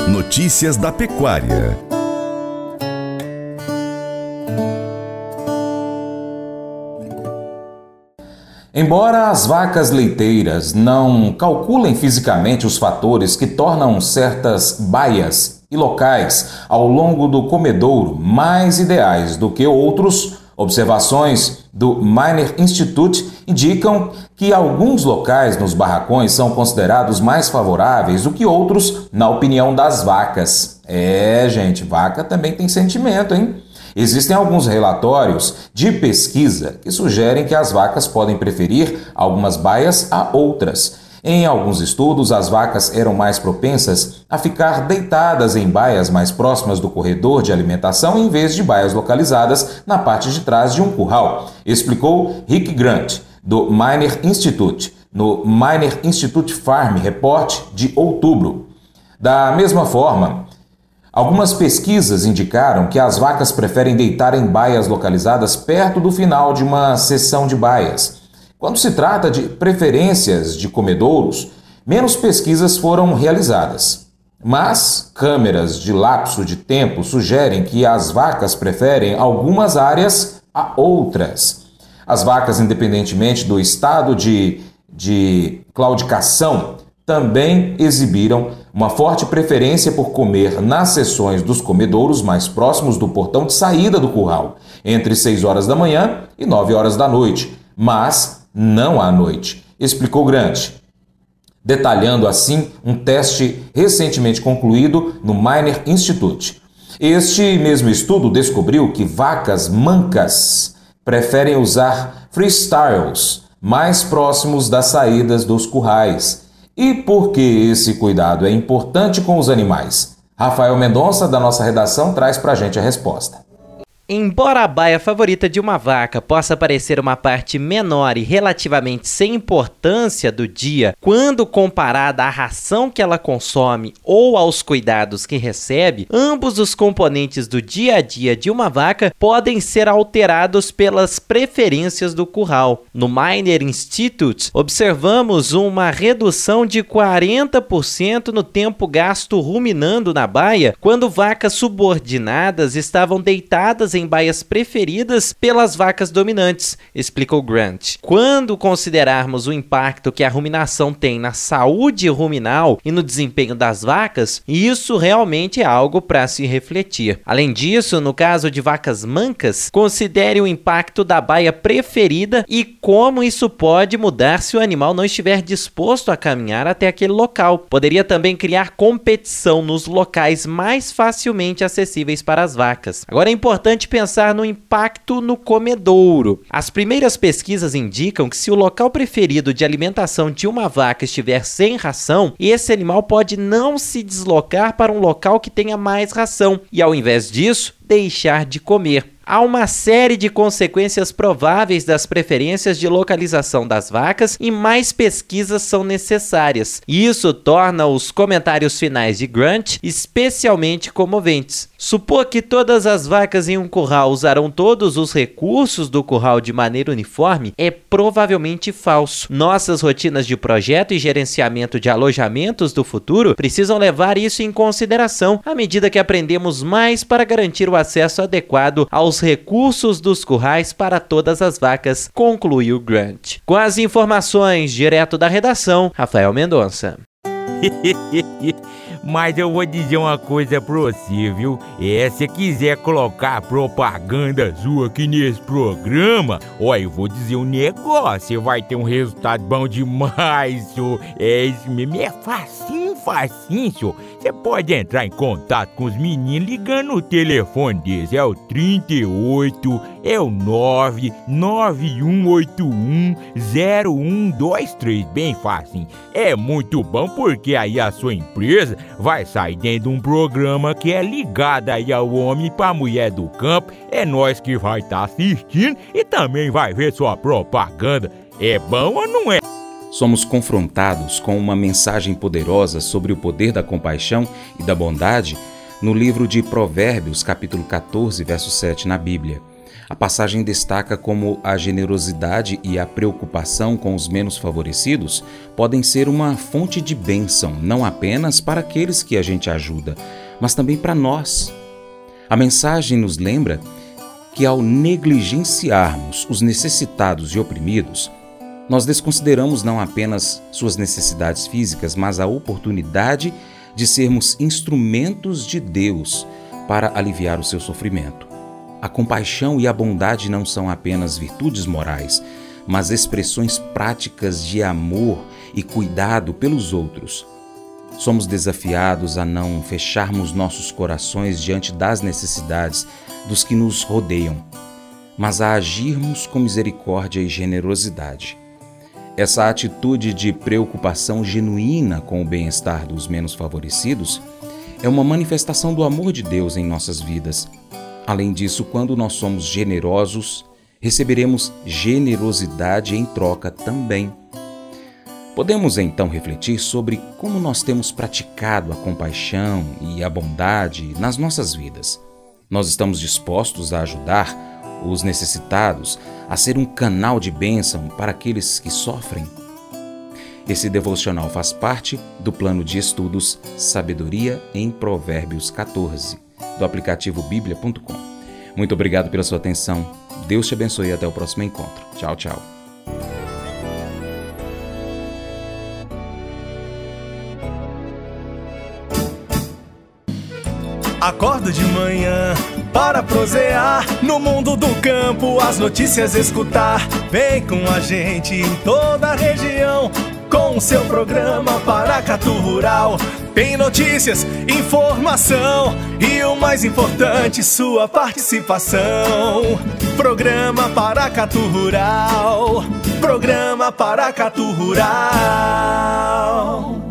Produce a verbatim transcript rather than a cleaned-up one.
Notícias da pecuária. Embora as vacas leiteiras não calculem fisicamente os fatores que tornam certas baias e locais ao longo do comedouro mais ideais do que outros, observações do Miner Institute indicam que alguns locais nos barracões são considerados mais favoráveis do que outros, na opinião das vacas. É, gente, vaca também tem sentimento, hein? Existem alguns relatórios de pesquisa que sugerem que as vacas podem preferir algumas baias a outras. Em alguns estudos, as vacas eram mais propensas a ficar deitadas em baias mais próximas do corredor de alimentação em vez de baias localizadas na parte de trás de um curral, explicou Rick Grant, do Miner Institute, no Miner Institute Farm Report de outubro. Da mesma forma, algumas pesquisas indicaram que as vacas preferem deitar em baias localizadas perto do final de uma seção de baias. Quando se trata de preferências de comedouros, menos pesquisas foram realizadas. Mas câmeras de lapso de tempo sugerem que as vacas preferem algumas áreas a outras. As vacas, independentemente do estado de, de claudicação, também exibiram uma forte preferência por comer nas seções dos comedouros mais próximos do portão de saída do curral, entre seis horas da manhã e nove horas da noite, mas não à noite, explicou Grant, detalhando assim um teste recentemente concluído no Miner Institute. Este mesmo estudo descobriu que vacas mancas preferem usar freestyles mais próximos das saídas dos currais. E por que esse cuidado é importante com os animais? Rafael Mendonça, da nossa redação, traz pra gente a resposta. Embora a baia favorita de uma vaca possa parecer uma parte menor e relativamente sem importância do dia, quando comparada à ração que ela consome ou aos cuidados que recebe, ambos os componentes do dia a dia de uma vaca podem ser alterados pelas preferências do curral. No Miner Institute, observamos uma redução de quarenta por cento no tempo gasto ruminando na baia, quando vacas subordinadas estavam deitadas em baias preferidas pelas vacas dominantes, explicou Grant. Quando considerarmos o impacto que a ruminação tem na saúde ruminal e no desempenho das vacas, isso realmente é algo para se refletir. Além disso, no caso de vacas mancas, considere o impacto da baia preferida e como isso pode mudar se o animal não estiver disposto a caminhar até aquele local. Poderia também criar competição nos locais mais facilmente acessíveis para as vacas. Agora é importante pensar no impacto no comedouro. As primeiras pesquisas indicam que se o local preferido de alimentação de uma vaca estiver sem ração, esse animal pode não se deslocar para um local que tenha mais ração e, ao invés disso, deixar de comer. Há uma série de consequências prováveis das preferências de localização das vacas e mais pesquisas são necessárias. Isso torna os comentários finais de Grant especialmente comoventes. Supor que todas as vacas em um curral usarão todos os recursos do curral de maneira uniforme é provavelmente falso. Nossas rotinas de projeto e gerenciamento de alojamentos do futuro precisam levar isso em consideração à medida que aprendemos mais para garantir o acesso adequado aos recursos dos currais para todas as vacas, concluiu Grant. Com as informações direto da redação, Rafael Mendonça. Mas eu vou dizer uma coisa pra você, viu? É, se quiser colocar propaganda sua aqui nesse programa, ó, eu vou dizer um negócio, você vai ter um resultado bom demais, senhor. É isso mesmo, é facinho, facinho, senhor. Você pode entrar em contato com os meninos ligando no telefone deles, é o trinta e oito, é o nove nove um oito um zero um dois três, bem facinho. É muito bom porque aí a sua empresa vai sair dentro de um programa que é ligado aí ao homem para a mulher do campo. É nós que vai estar tá assistindo e também vai ver sua propaganda. É bom ou não é? Somos confrontados com uma mensagem poderosa sobre o poder da compaixão e da bondade no livro de Provérbios, capítulo quatorze, verso sete, na Bíblia. A passagem destaca como a generosidade e a preocupação com os menos favorecidos podem ser uma fonte de bênção, não apenas para aqueles que a gente ajuda, mas também para nós. A mensagem nos lembra que ao negligenciarmos os necessitados e oprimidos, nós desconsideramos não apenas suas necessidades físicas, mas a oportunidade de sermos instrumentos de Deus para aliviar o seu sofrimento. A compaixão e a bondade não são apenas virtudes morais, mas expressões práticas de amor e cuidado pelos outros. Somos desafiados a não fecharmos nossos corações diante das necessidades dos que nos rodeiam, mas a agirmos com misericórdia e generosidade. Essa atitude de preocupação genuína com o bem-estar dos menos favorecidos é uma manifestação do amor de Deus em nossas vidas. Além disso, quando nós somos generosos, receberemos generosidade em troca também. Podemos então refletir sobre como nós temos praticado a compaixão e a bondade nas nossas vidas. Nós estamos dispostos a ajudar os necessitados, a ser um canal de bênção para aqueles que sofrem? Esse devocional faz parte do plano de estudos Sabedoria em Provérbios quatorze, do aplicativo bíblia ponto com. Muito obrigado pela sua atenção. Deus te abençoe e até o próximo encontro. Tchau, tchau. Acordo de manhã para prosear no mundo do campo, as notícias escutar. Vem com a gente em toda a região com o seu programa Paracatu Rural. Tem notícias, informação e o mais importante, sua participação. Programa Paracatu Rural. Programa Paracatu Rural.